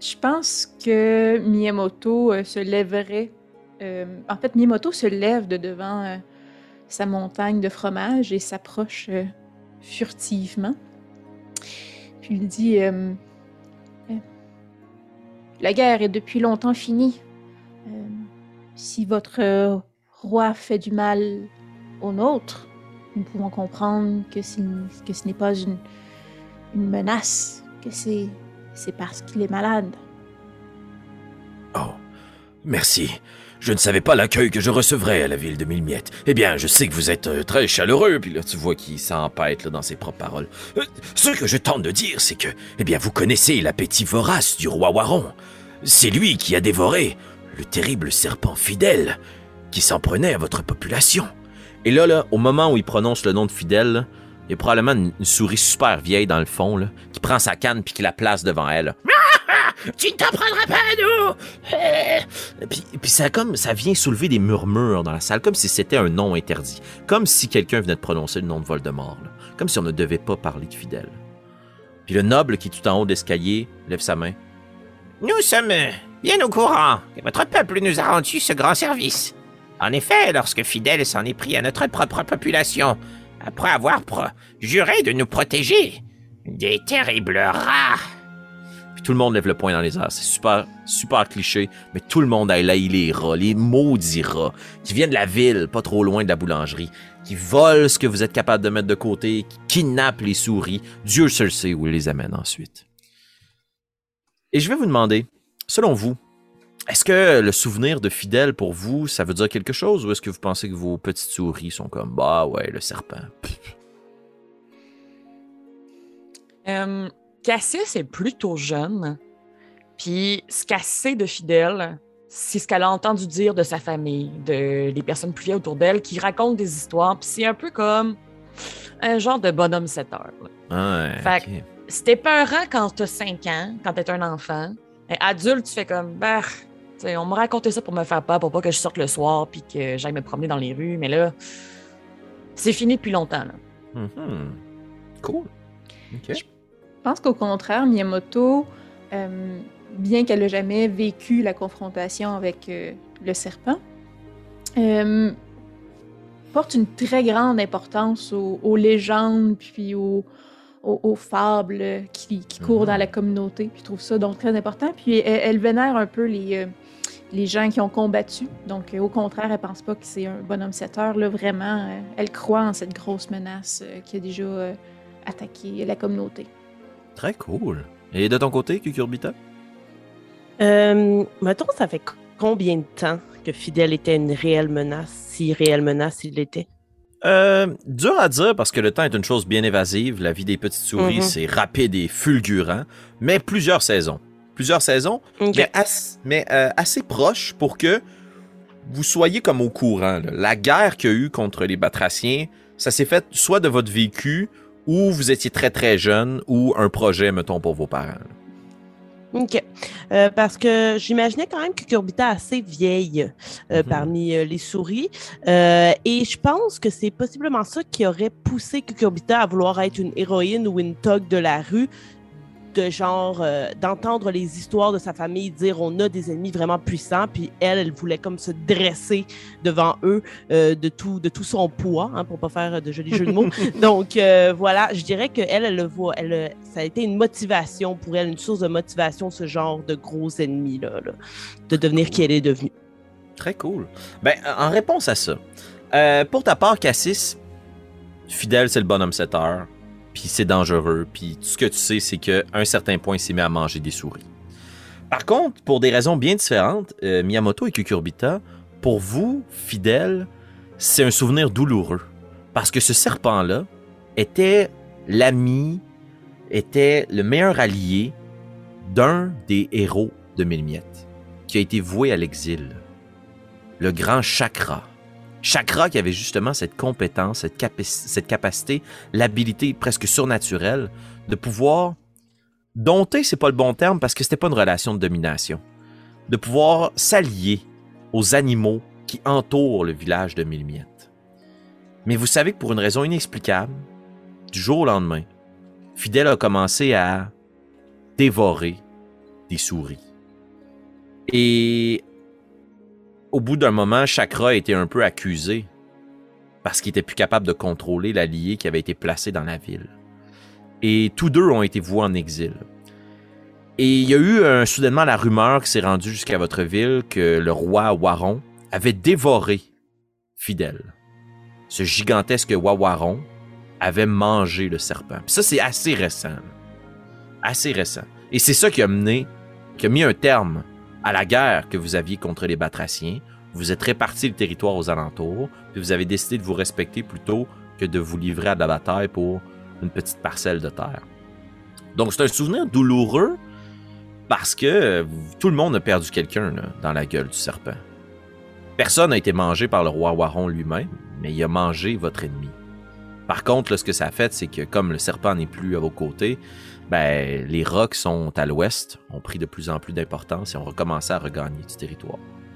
Je pense que Miyamoto euh, se lèverait. euh, en fait, Miyamoto se lève de devant euh, sa montagne de fromage et s'approche euh, furtivement. Puis il dit euh, euh, La guerre est depuis longtemps finie. Euh, si votre euh, roi fait du mal au nôtre, nous pouvons comprendre que, ce que ce n'est pas une, une menace, que c'est, c'est parce qu'il est malade. Oh, merci. Je ne savais pas l'accueil que je recevrais à la ville de Mille Miettes. Eh bien, je sais que vous êtes euh, très chaleureux, puis là, tu vois qu'il s'empête là, dans ses propres paroles. Euh, ce que je tente de dire, c'est que, eh bien, vous connaissez l'appétit vorace du roi Waron. C'est lui qui a dévoré le terrible serpent fidèle qui s'en prenait à votre population. Et là, là, au moment où il prononce le nom de Fidèle, là, il y a probablement une, une souris super vieille dans le fond, là, qui prend sa canne puis qui la place devant elle. Tu ne t'en prendras pas à nous! Et puis, puis ça, comme, ça vient soulever des murmures dans la salle, comme si c'était un nom interdit. Comme si quelqu'un venait de prononcer le nom de Voldemort. Là. Comme si on ne devait pas parler de Fidèle. Puis le noble qui est tout en haut de l'escalier lève sa main. Nous sommes bien au courant que votre peuple nous a rendu ce grand service. En effet, lorsque Fidèle s'en est pris à notre propre population, après avoir pro- juré de nous protéger des terribles rats. Puis tout le monde lève le poing dans les airs. C'est super, super cliché, mais tout le monde a élaï les rats, les maudits rats, qui viennent de la ville, pas trop loin de la boulangerie, qui volent ce que vous êtes capable de mettre de côté, qui kidnappent les souris. Dieu seul sait où ils les amène ensuite. Et je vais vous demander, selon vous, est-ce que le souvenir de Fidèle, pour vous, ça veut dire quelque chose, ou est-ce que vous pensez que vos petites souris sont comme, bah ouais, le serpent? Euh, Cassis est plutôt jeune, puis ce qu'elle sait de Fidèle, c'est ce qu'elle a entendu dire de sa famille, de les personnes plus vieilles autour d'elle, qui racontent des histoires, puis c'est un peu comme un genre de bonhomme sept heures. Ouais, Fait ok. c'était peurant quand t'as cinq ans, quand t'es un enfant. Et adulte, tu fais comme, bah, t'sais, on m'a raconté ça pour me faire peur, pour pas que je sorte le soir puis que j'aille me promener dans les rues. Mais là, c'est fini depuis longtemps. Là. Mhm. Cool. Ok. Je pense qu'au contraire, Miyamoto, euh, bien qu'elle n'ait jamais vécu la confrontation avec euh, le serpent, euh, porte une très grande importance aux, aux légendes puis aux, aux, aux fables qui, qui courent Mhm. dans la communauté. Puis je trouve ça donc très important. Puis elle, elle vénère un peu les, euh, les gens qui ont combattu. Donc euh, au contraire, elle pense pas que c'est un bonhomme sept heures. Là, vraiment, euh, elle croit en cette grosse menace euh, qui a déjà euh, attaqué la communauté. Très cool. Et de ton côté, Cucurbita? Euh, mettons, ça fait combien de temps que Fidèle était une réelle menace, si réelle menace il l'était? Euh, dur à dire parce que le temps est une chose bien évasive. La vie des petites souris, Mhm. c'est rapide et fulgurant. Mais plusieurs saisons. Plusieurs saisons, Ok. mais, as- mais, euh, assez proches pour que vous soyez comme au courant. là. La guerre qu'il y a eu contre les Batraciens, ça s'est fait soit de votre vécu, ou vous étiez très très jeune, ou un projet, mettons, pour vos parents. là. OK. Euh, parce que j'imaginais quand même que Cucurbita assez vieille euh, Mhm. parmi euh, les souris. Euh, et je pense que c'est possiblement ça qui aurait poussé Cucurbita à vouloir être une héroïne ou une togue de la rue, de genre euh, d'entendre les histoires de sa famille dire on a des ennemis vraiment puissants, puis elle, elle voulait comme se dresser devant eux euh, de tout de tout son poids, hein, pour pas faire de jolis jeux de mots. Donc euh, voilà, je dirais que elle, elle le voit, elle, euh, ça a été une motivation pour elle, une source de motivation, ce genre de gros ennemis là, là, de devenir qui elle est devenue. Très cool. Ben, en réponse à ça, euh, pour ta part, Cassis, Fidèle, c'est le bonhomme sept heures, puis c'est dangereux, puis tout ce que tu sais, c'est qu'à un certain point, il s'est mis à manger des souris. Par contre, pour des raisons bien différentes, euh, Miyamoto et Cucurbita, pour vous, Fidèle, c'est un souvenir douloureux. Parce que ce serpent-là était l'ami, était le meilleur allié d'un des héros de Mille Miettes, qui a été voué à l'exil. Le grand Chakra. Chakra qui avait justement cette compétence, cette, capac- cette capacité, l'habilité presque surnaturelle de pouvoir dompter, c'est pas le bon terme parce que c'était pas une relation de domination, de pouvoir s'allier aux animaux qui entourent le village de Mille Miettes. Mais vous savez que pour une raison inexplicable, du jour au lendemain, Fidèle a commencé à dévorer des souris. Et au bout d'un moment, Chakra était un peu accusé parce qu'il était plus capable de contrôler l'allié qui avait été placé dans la ville. Et tous deux ont été voués en exil. Et il y a eu un, soudainement la rumeur qui s'est rendue jusqu'à votre ville que le roi Waron avait dévoré Fidèle. Ce gigantesque Wawaron avait mangé le serpent. Puis ça, c'est assez récent. Assez récent. Et c'est ça qui a mené, qui a mis un terme à la guerre que vous aviez contre les Batraciens. Vous êtes répartis le territoire aux alentours, puis vous avez décidé de vous respecter plutôt que de vous livrer à de la bataille pour une petite parcelle de terre. Donc c'est un souvenir douloureux parce que tout le monde a perdu quelqu'un là, dans la gueule du serpent. Personne n'a été mangé par le roi Waron lui-même, mais il a mangé votre ennemi. Par contre, là, ce que ça a fait, c'est que comme le serpent n'est plus à vos côtés, ben, les rats qui sont à l'ouest ont pris de plus en plus d'importance et ont recommencé à regagner du territoire.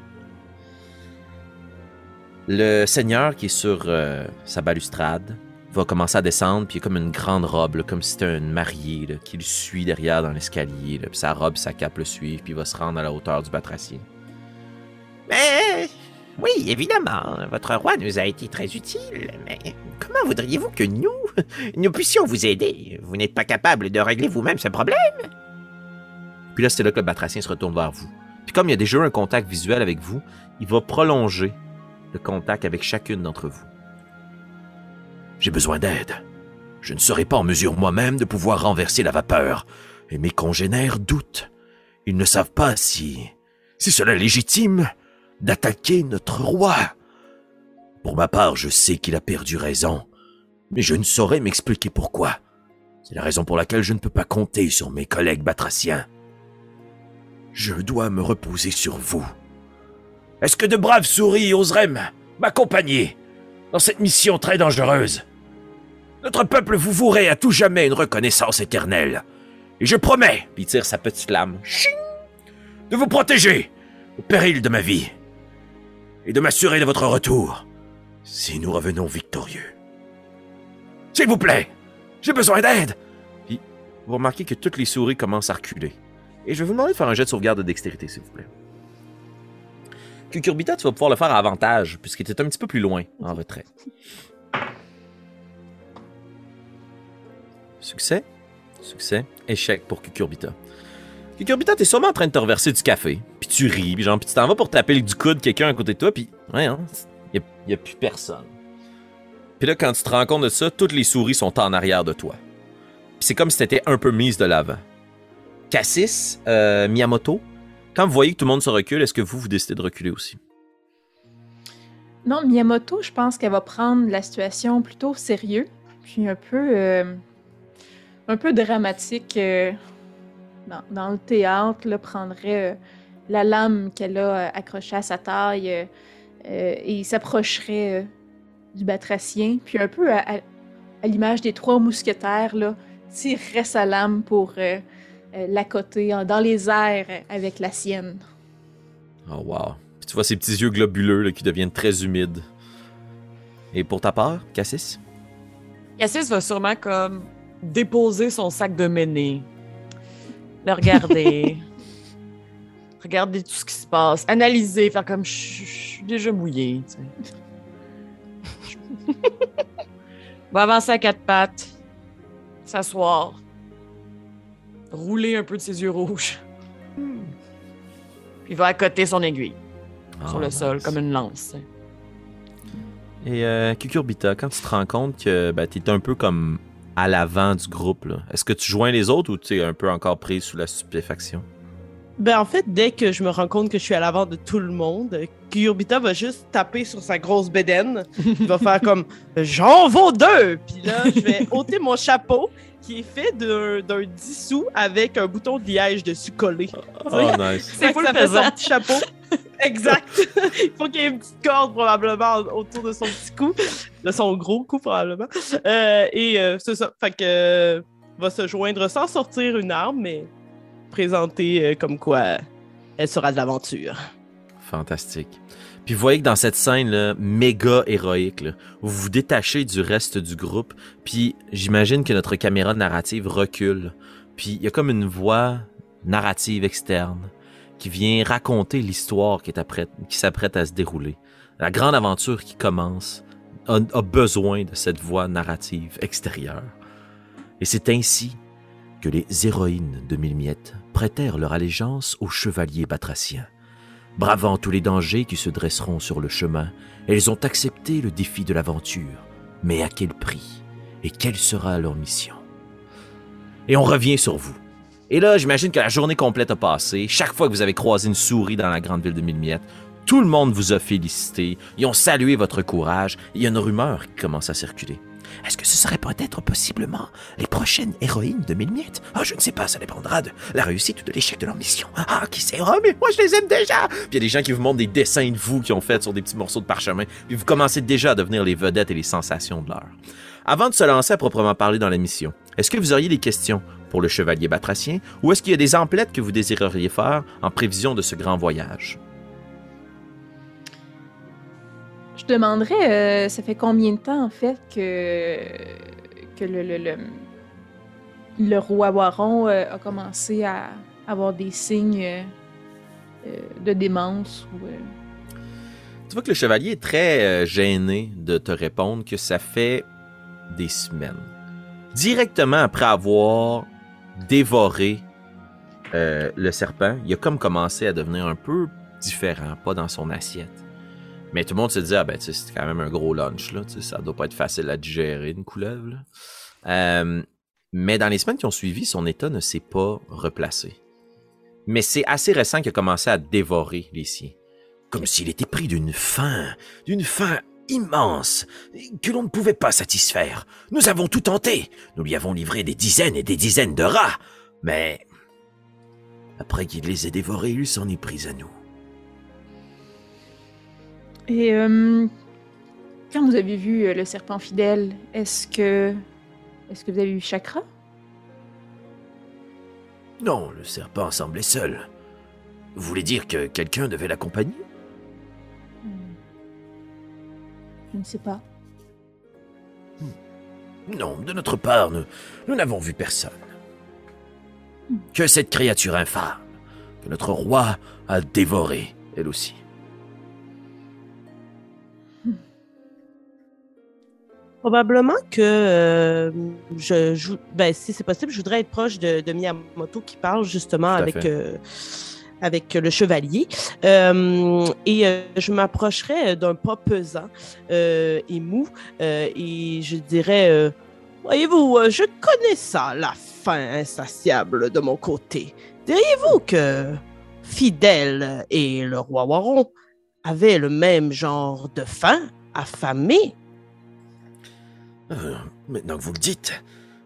Le seigneur qui est sur euh, sa balustrade va commencer à descendre, puis il y a comme une grande robe, là, comme si c'était une mariée là, qui le suit derrière dans l'escalier. Là, puis sa robe, sa cape le suivent, puis il va se rendre à la hauteur du Batracien. Mais oui, évidemment, votre roi nous a été très utile, mais comment voudriez-vous que nous, nous puissions vous aider? Vous n'êtes pas capable de régler vous-même ce problème? Puis là, c'est là que le Batracien se retourne vers vous. Puis comme il y a déjà eu un contact visuel avec vous, il va prolonger le contact avec chacune d'entre vous. J'ai besoin d'aide. Je ne serai pas en mesure moi-même de pouvoir renverser la vapeur, et mes congénères doutent. Ils ne savent pas si... si cela est légitime d'attaquer notre roi. Pour ma part, je sais qu'il a perdu raison, mais je ne saurais m'expliquer pourquoi. C'est la raison pour laquelle je ne peux pas compter sur mes collègues batraciens. Je dois me reposer sur vous. Est-ce que de braves souris oseraient m'accompagner dans cette mission très dangereuse? Notre peuple vous vouerait à tout jamais une reconnaissance éternelle. Et je promets, Puis il tire sa petite flamme. ching, de vous protéger au péril de ma vie et de m'assurer de votre retour si nous revenons victorieux. S'il vous plaît, j'ai besoin d'aide. Puis vous remarquez que toutes les souris commencent à reculer. Et je vais vous demander de faire un jet de sauvegarde de dextérité, s'il vous plaît. Cucurbita, tu vas pouvoir le faire à avantage, puisqu'il était un petit peu plus loin, en retrait. Succès, succès, échec pour Cucurbita. Cucurbita, t'es sûrement en train de te reverser du café, puis tu ris, puis genre, puis tu t'en vas pour taper du coude quelqu'un à côté de toi, puis ouais, hein, y a, y a plus personne. Puis là, quand tu te rends compte de ça, toutes les souris sont en arrière de toi. Puis c'est comme si t'étais un peu mise de l'avant. Cassis, euh, Miyamoto, quand vous voyez que tout le monde se recule, est-ce que vous, vous décidez de reculer aussi? Non, Miyamoto, je pense qu'elle va prendre la situation plutôt au sérieux, puis un peu, euh, un peu dramatique euh, dans, dans le théâtre, là, prendrait euh, la lame qu'elle a euh, accrochée à sa taille euh, euh, et s'approcherait euh, du Batracien, puis un peu à, à, à l'image des trois mousquetaires, là, tirerait sa lame pour euh, euh, l'accoter en- dans les airs euh, avec la sienne. Oh wow. Puis tu vois ces petits yeux globuleux là, qui deviennent très humides. Et pour ta part, Cassis? Cassis va sûrement comme déposer son sac de méné, le regarder, regarder tout ce qui se passe, analyser, faire comme je je- je suis déjà mouillé. Tu sais. Va avancer à quatre pattes, s'asseoir, rouler un peu de ses yeux rouges, puis il va accoter son aiguille sur Oh, le nice. sol comme une lance. tu sais. Et euh, Cucurbita, quand tu te rends compte que ben, t'es un peu comme à l'avant du groupe, là, est-ce que tu joins les autres ou tu es un peu encore pris sous la stupéfaction? Ben, en fait, dès que je me rends compte que je suis à l'avant de tout le monde, Kyurbita va juste taper sur sa grosse bédaine. Il va faire comme « J'en vaux deux! » Puis là, je vais ôter mon chapeau qui est fait d'un d'un dissous avec un bouton de liège dessus collé. Oh, nice. C'est Fait que full ça fait pesant. son petit chapeau. Exact. Il faut qu'il y ait une petite corde probablement autour de son petit cou, de son gros cou probablement. Euh, et euh, c'est ça. Fait que euh, va se joindre sans sortir une arme, mais présenter euh, comme quoi elle sera de l'aventure. Fantastique. Puis vous voyez que dans cette scène-là, méga héroïque, là, vous vous détachez du reste du groupe, puis j'imagine que notre caméra narrative recule. Puis il y a comme une voix narrative externe qui vient raconter l'histoire qui est apprête- qui s'apprête à se dérouler. La grande aventure qui commence a, a besoin de cette voix narrative extérieure. Et c'est ainsi que les héroïnes de Mille Miettes prêtèrent leur allégeance aux chevaliers batraciens. Bravant tous les dangers qui se dresseront sur le chemin, elles ont accepté le défi de l'aventure. Mais à quel prix? Et quelle sera leur mission? Et on revient sur vous. Et là, j'imagine que la journée complète a passé. Chaque fois que vous avez croisé une souris dans la grande ville de Mille Miettes, tout le monde vous a félicité. Ils ont salué votre courage. Il y a une rumeur qui commence à circuler. Est-ce que ce serait peut-être possiblement les prochaines héroïnes de Mille Miettes? Ah, je ne sais pas, ça dépendra de la réussite ou de l'échec de leur mission. Ah, qui sait? Oh, mais moi, je les aime déjà! Puis il y a des gens qui vous montrent des dessins de vous qu'ils ont fait sur des petits morceaux de parchemin. Puis vous commencez déjà à devenir les vedettes et les sensations de l'heure. Avant de se lancer à proprement parler dans la mission, est-ce que vous auriez des questions pour le chevalier batracien ou est-ce qu'il y a des emplettes que vous désireriez faire en prévision de ce grand voyage? Je demanderais, euh, ça fait combien de temps, en fait, que, que le, le, le, le roi Waron euh, a commencé à avoir des signes euh, euh, de démence ou... Euh... Tu vois que le chevalier est très euh, gêné de te répondre que ça fait des semaines. Directement après avoir dévoré euh, le serpent, il a comme commencé à devenir un peu différent, pas dans son assiette. Mais tout le monde se dit, ah ben, tu sais, c'est quand même un gros lunch, là. Tu sais, ça doit pas être facile à digérer, une couleuvre, là. Euh, mais dans les semaines qui ont suivi, son état ne s'est pas replacé. Mais c'est assez récent qu'il a commencé à dévorer les siens. Comme s'il était pris d'une faim, d'une faim immense, que l'on ne pouvait pas satisfaire. Nous avons tout tenté. Nous lui avons livré des dizaines et des dizaines de rats. Mais après qu'il les ait dévorés, il s'en est pris à nous. Et euh, quand vous avez vu euh, le serpent fidèle, est-ce que est-ce que vous avez vu Chakra? Non, le serpent semblait seul. Vous voulez dire que quelqu'un devait l'accompagner? Hmm. Je ne sais pas. Non, de notre part, nous, nous n'avons vu personne. Hmm. Que cette créature infâme, que notre roi a dévorée, elle aussi. Probablement que euh, je, je ben, si c'est possible, je voudrais être proche de, de Miyamoto qui parle justement avec, euh, avec le chevalier. Euh, et euh, je m'approcherais d'un pas pesant euh, et mou euh, et je dirais euh, voyez-vous, je connais ça, la faim insatiable de mon côté. Diriez-vous que Fidèle et le roi Waron avaient le même genre de faim, affamé? Euh, maintenant que vous le dites,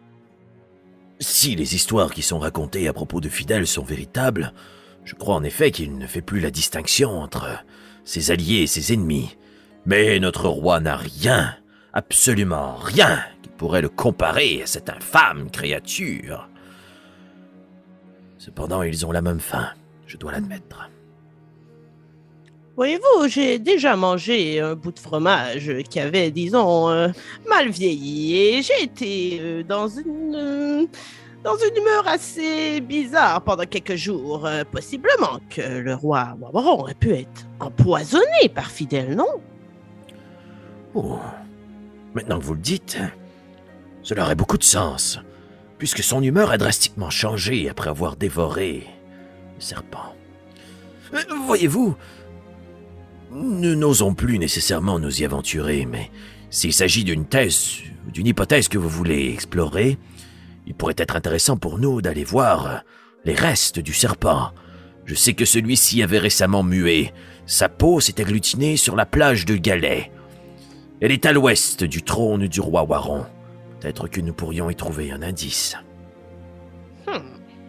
si les histoires qui sont racontées à propos de Fidèle sont véritables, je crois en effet qu'il ne fait plus la distinction entre ses alliés et ses ennemis. Mais notre roi n'a rien, absolument rien, qui pourrait le comparer à cette infâme créature. Cependant, ils ont la même faim, je dois l'admettre. Voyez-vous, j'ai déjà mangé un bout de fromage qui avait, disons, euh, mal vieilli et j'ai été euh, dans une euh, dans une humeur assez bizarre pendant quelques jours. Euh, possiblement que le roi Waron aurait pu être empoisonné par Fidèle, non? Oh, maintenant que vous le dites, cela aurait beaucoup de sens, puisque son humeur a drastiquement changé après avoir dévoré le serpent. Euh, voyez-vous, nous n'osons plus nécessairement nous y aventurer, mais s'il s'agit d'une thèse ou d'une hypothèse que vous voulez explorer, il pourrait être intéressant pour nous d'aller voir les restes du serpent. Je sais que celui-ci avait récemment mué. Sa peau s'est agglutinée sur la plage de Galais. Elle est à l'ouest du trône du roi Waron. Peut-être que nous pourrions y trouver un indice. Hmm.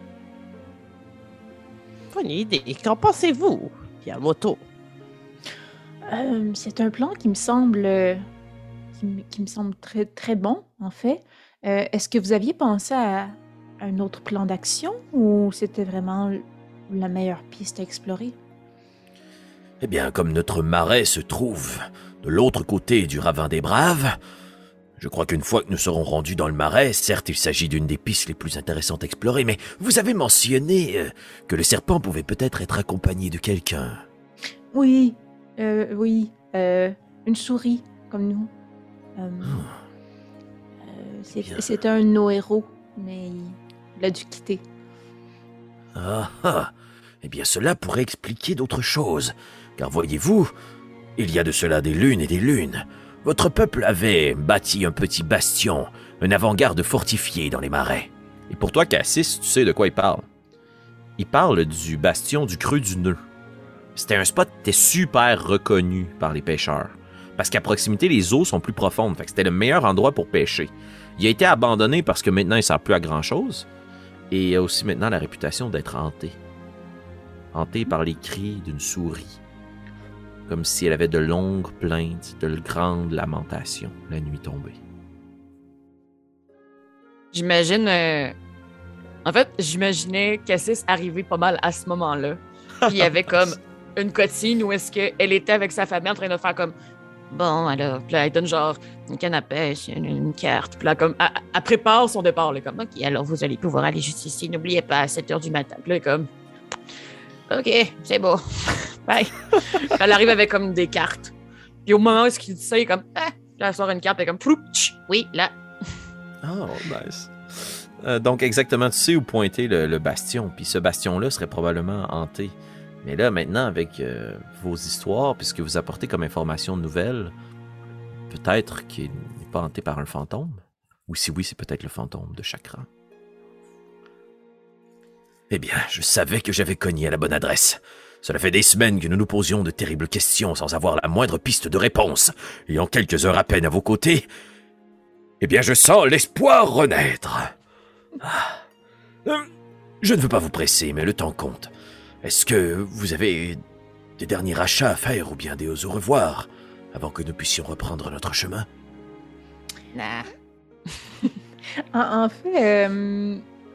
Bonne idée. Qu'en pensez-vous, Miyamoto? Euh, c'est un plan qui me semble euh, qui, me- qui me semble très très bon en fait. Euh, est-ce que vous aviez pensé à, à un autre plan d'action ou c'était vraiment l- la meilleure piste à explorer? Eh bien, comme notre marais se trouve de l'autre côté du ravin des Braves, Je crois qu'une fois que nous serons rendus dans le marais, certes, il s'agit d'une des pistes les plus intéressantes à explorer, mais vous avez mentionné euh, que le serpent pouvait peut-être être accompagné de quelqu'un. Oui, euh, oui, euh, une souris, comme nous. Euh, Oh. euh, c'est, Bien. c'est un de nos héros, mais il, il a dû quitter. Ah ah! Eh bien, cela pourrait expliquer d'autres choses. Car voyez-vous, il y a de cela des lunes et des lunes. Votre peuple avait bâti un petit bastion, un avant-garde fortifié dans les marais. Et pour toi, Cassis, tu sais de quoi il parle. Il parle du bastion du Creux du Nœud. C'était un spot qui était super reconnu par les pêcheurs. Parce qu'à proximité, les eaux sont plus profondes. Fait que c'était le meilleur endroit pour pêcher. Il a été abandonné parce que maintenant, il ne sert plus à grand-chose. Et il a aussi maintenant la réputation d'être hanté. Hanté par les cris d'une souris. Comme si elle avait de longues plaintes, de grandes lamentations la nuit tombée. J'imagine. euh, En fait, j'imaginais Cassis arriver pas mal à ce moment-là. Puis il y avait comme une cotine où est-ce qu'elle était avec sa famille en train de faire comme. Bon, alors, puis là, elle donne genre une canne à pêche, une, une carte. Puis là, comme, elle, elle prépare son départ. Elle est comme, OK, alors vous allez pouvoir aller juste ici. N'oubliez pas, à sept heures du matin. Puis là, elle est comme, OK, c'est beau. Bye. Puis elle arrive avec comme des cartes. Puis au moment où il dit ça, il est comme, ah, là, elle sort une carte, elle est comme, ploup, tch, oui, là. Oh, nice. Euh, donc, exactement, tu sais où pointer le, le bastion. Puis ce bastion-là serait probablement hanté. Mais là, maintenant, avec euh, vos histoires, puis ce que vous apportez comme information nouvelle, peut-être qu'il n'est pas hanté par un fantôme. Ou si oui, c'est peut-être le fantôme de Chakra. Eh bien, je savais que j'avais cogné à la bonne adresse. Cela fait des semaines que nous nous posions de terribles questions sans avoir la moindre piste de réponse. Et en quelques heures à peine à vos côtés, eh bien, je sens l'espoir renaître. Ah. Euh, Je ne veux pas vous presser, mais le temps compte. Est-ce que vous avez des derniers achats à faire ou bien des au revoir avant que nous puissions reprendre notre chemin? Nah. en, en fait, euh,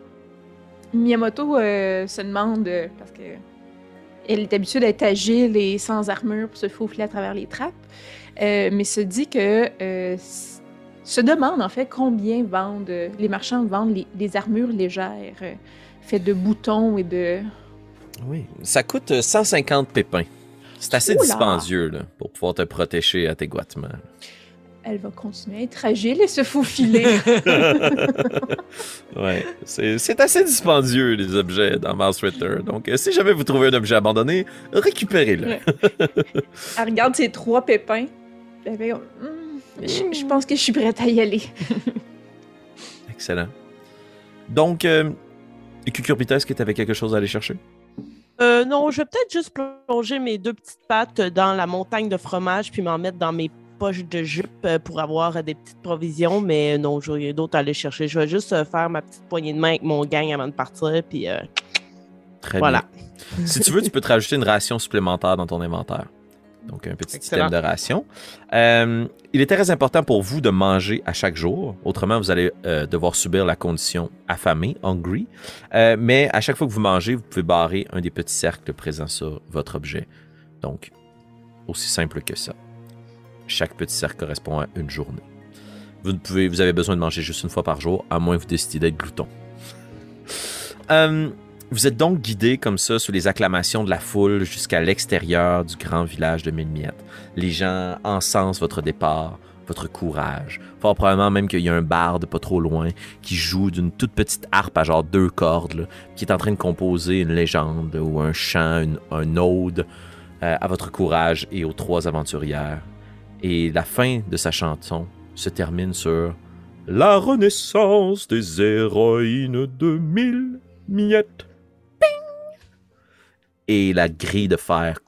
Miyamoto euh, se demande, euh, parce que elle est habituée d'être agile et sans armure pour se faufiler à travers les trappes, euh, mais se dit que euh, s- se demande en fait combien vendent euh, les marchands vendent les, les armures légères euh, faites de boutons et de Oui. Ça coûte cent cinquante pépins. C'est assez Oula! dispendieux là, pour pouvoir te protéger à tes guattements. Elle va continuer à être agile et se faufiler. Ouais, c'est c'est assez dispendieux, les objets dans Mouse Ritter. Donc, euh, si jamais vous trouvez un objet abandonné, récupérez-le. Ouais. Elle regarde ses trois pépins. Elle fait comme, Hmm, je, je pense que je suis prête à y aller. Excellent. Donc, euh, Cucurbita, est-ce que tu avais quelque chose à aller chercher? Euh, non, je vais peut-être juste plonger mes deux petites pattes dans la montagne de fromage puis m'en mettre dans mes poches de jupe euh, pour avoir euh, des petites provisions, mais non, j'ai rien d'autre à aller chercher. Je vais juste euh, faire ma petite poignée de main avec mon gang avant de partir, puis euh, Très voilà. bien. Si tu veux, tu peux te rajouter une ration supplémentaire dans ton inventaire. Donc, un petit Excellent. système de ration. Euh, il est très important pour vous de manger à chaque jour. Autrement, vous allez euh, devoir subir la condition affamé, hungry. Euh, mais à chaque fois que vous mangez, vous pouvez barrer un des petits cercles présents sur votre objet. Donc, aussi simple que ça. Chaque petit cercle correspond à une journée. Vous, ne pouvez, vous avez besoin de manger juste une fois par jour, à moins que vous décidiez d'être glouton. Euh, vous êtes donc guidé comme ça sous les acclamations de la foule jusqu'à l'extérieur du grand village de Mille Miettes. Les gens encensent votre départ, votre courage. Fort probablement même qu'il y a un barde pas trop loin qui joue d'une toute petite harpe à genre deux cordes, là, qui est en train de composer une légende ou un chant, une, un ode euh, à votre courage et aux trois aventurières. Et la fin de sa chanson se termine sur « La renaissance des héroïnes de Mille Miettes. » Et la grille de fer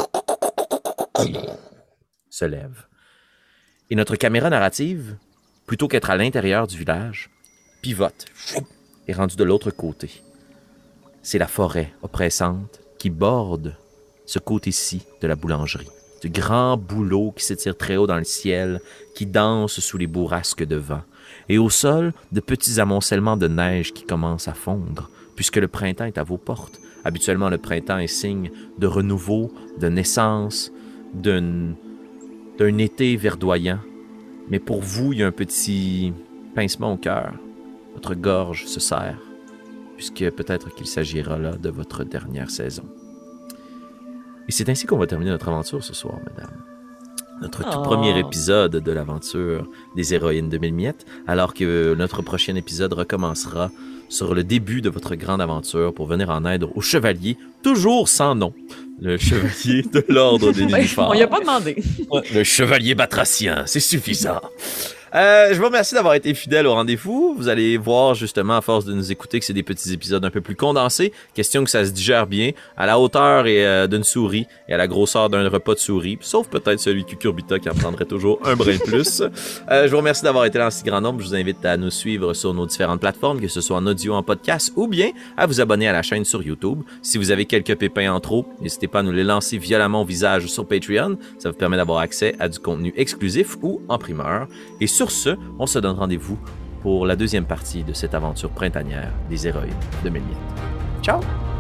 se lève. Et notre caméra narrative, plutôt qu'être à l'intérieur du village, pivote et rendue de l'autre côté. C'est la forêt oppressante qui borde ce côté-ci de la boulangerie. De grands bouleaux qui s'étirent très haut dans le ciel, qui dansent sous les bourrasques de vent. Et au sol, de petits amoncellements de neige qui commencent à fondre, puisque le printemps est à vos portes. Habituellement, le printemps est signe de renouveau, de naissance, d'un, d'un été verdoyant. Mais pour vous, il y a un petit pincement au cœur. Votre gorge se serre, puisque peut-être qu'il s'agira là de votre dernière saison. Et c'est ainsi qu'on va terminer notre aventure ce soir, mesdames. Notre tout Oh. premier épisode de l'aventure des héroïnes de Mille Miettes, alors que notre prochain épisode recommencera sur le début de votre grande aventure pour venir en aide au chevalier, toujours sans nom, le chevalier de l'ordre des Ben, nénuphars. on y a pas demandé. Le chevalier batracien, c'est suffisant. Euh, je vous remercie d'avoir été fidèle au rendez-vous. Vous allez voir justement à force de nous écouter que c'est des petits épisodes un peu plus condensés. Question que ça se digère bien, à la hauteur et, euh, d'une souris et à la grosseur d'un repas de souris, sauf peut-être celui de Cucurbita qui en prendrait toujours un brin de plus. Euh, je vous remercie d'avoir été là en si grand nombre. Je vous invite à nous suivre sur nos différentes plateformes, que ce soit en audio, en podcast, ou bien à vous abonner à la chaîne sur YouTube. Si vous avez quelques pépins en trop, n'hésitez pas à nous les lancer violemment au visage sur Patreon. Ça vous permet d'avoir accès à du contenu exclusif ou en primeur. Et sur ce, on se donne rendez-vous pour la deuxième partie de cette aventure printanière des héroïnes de Mille Miettes. Ciao!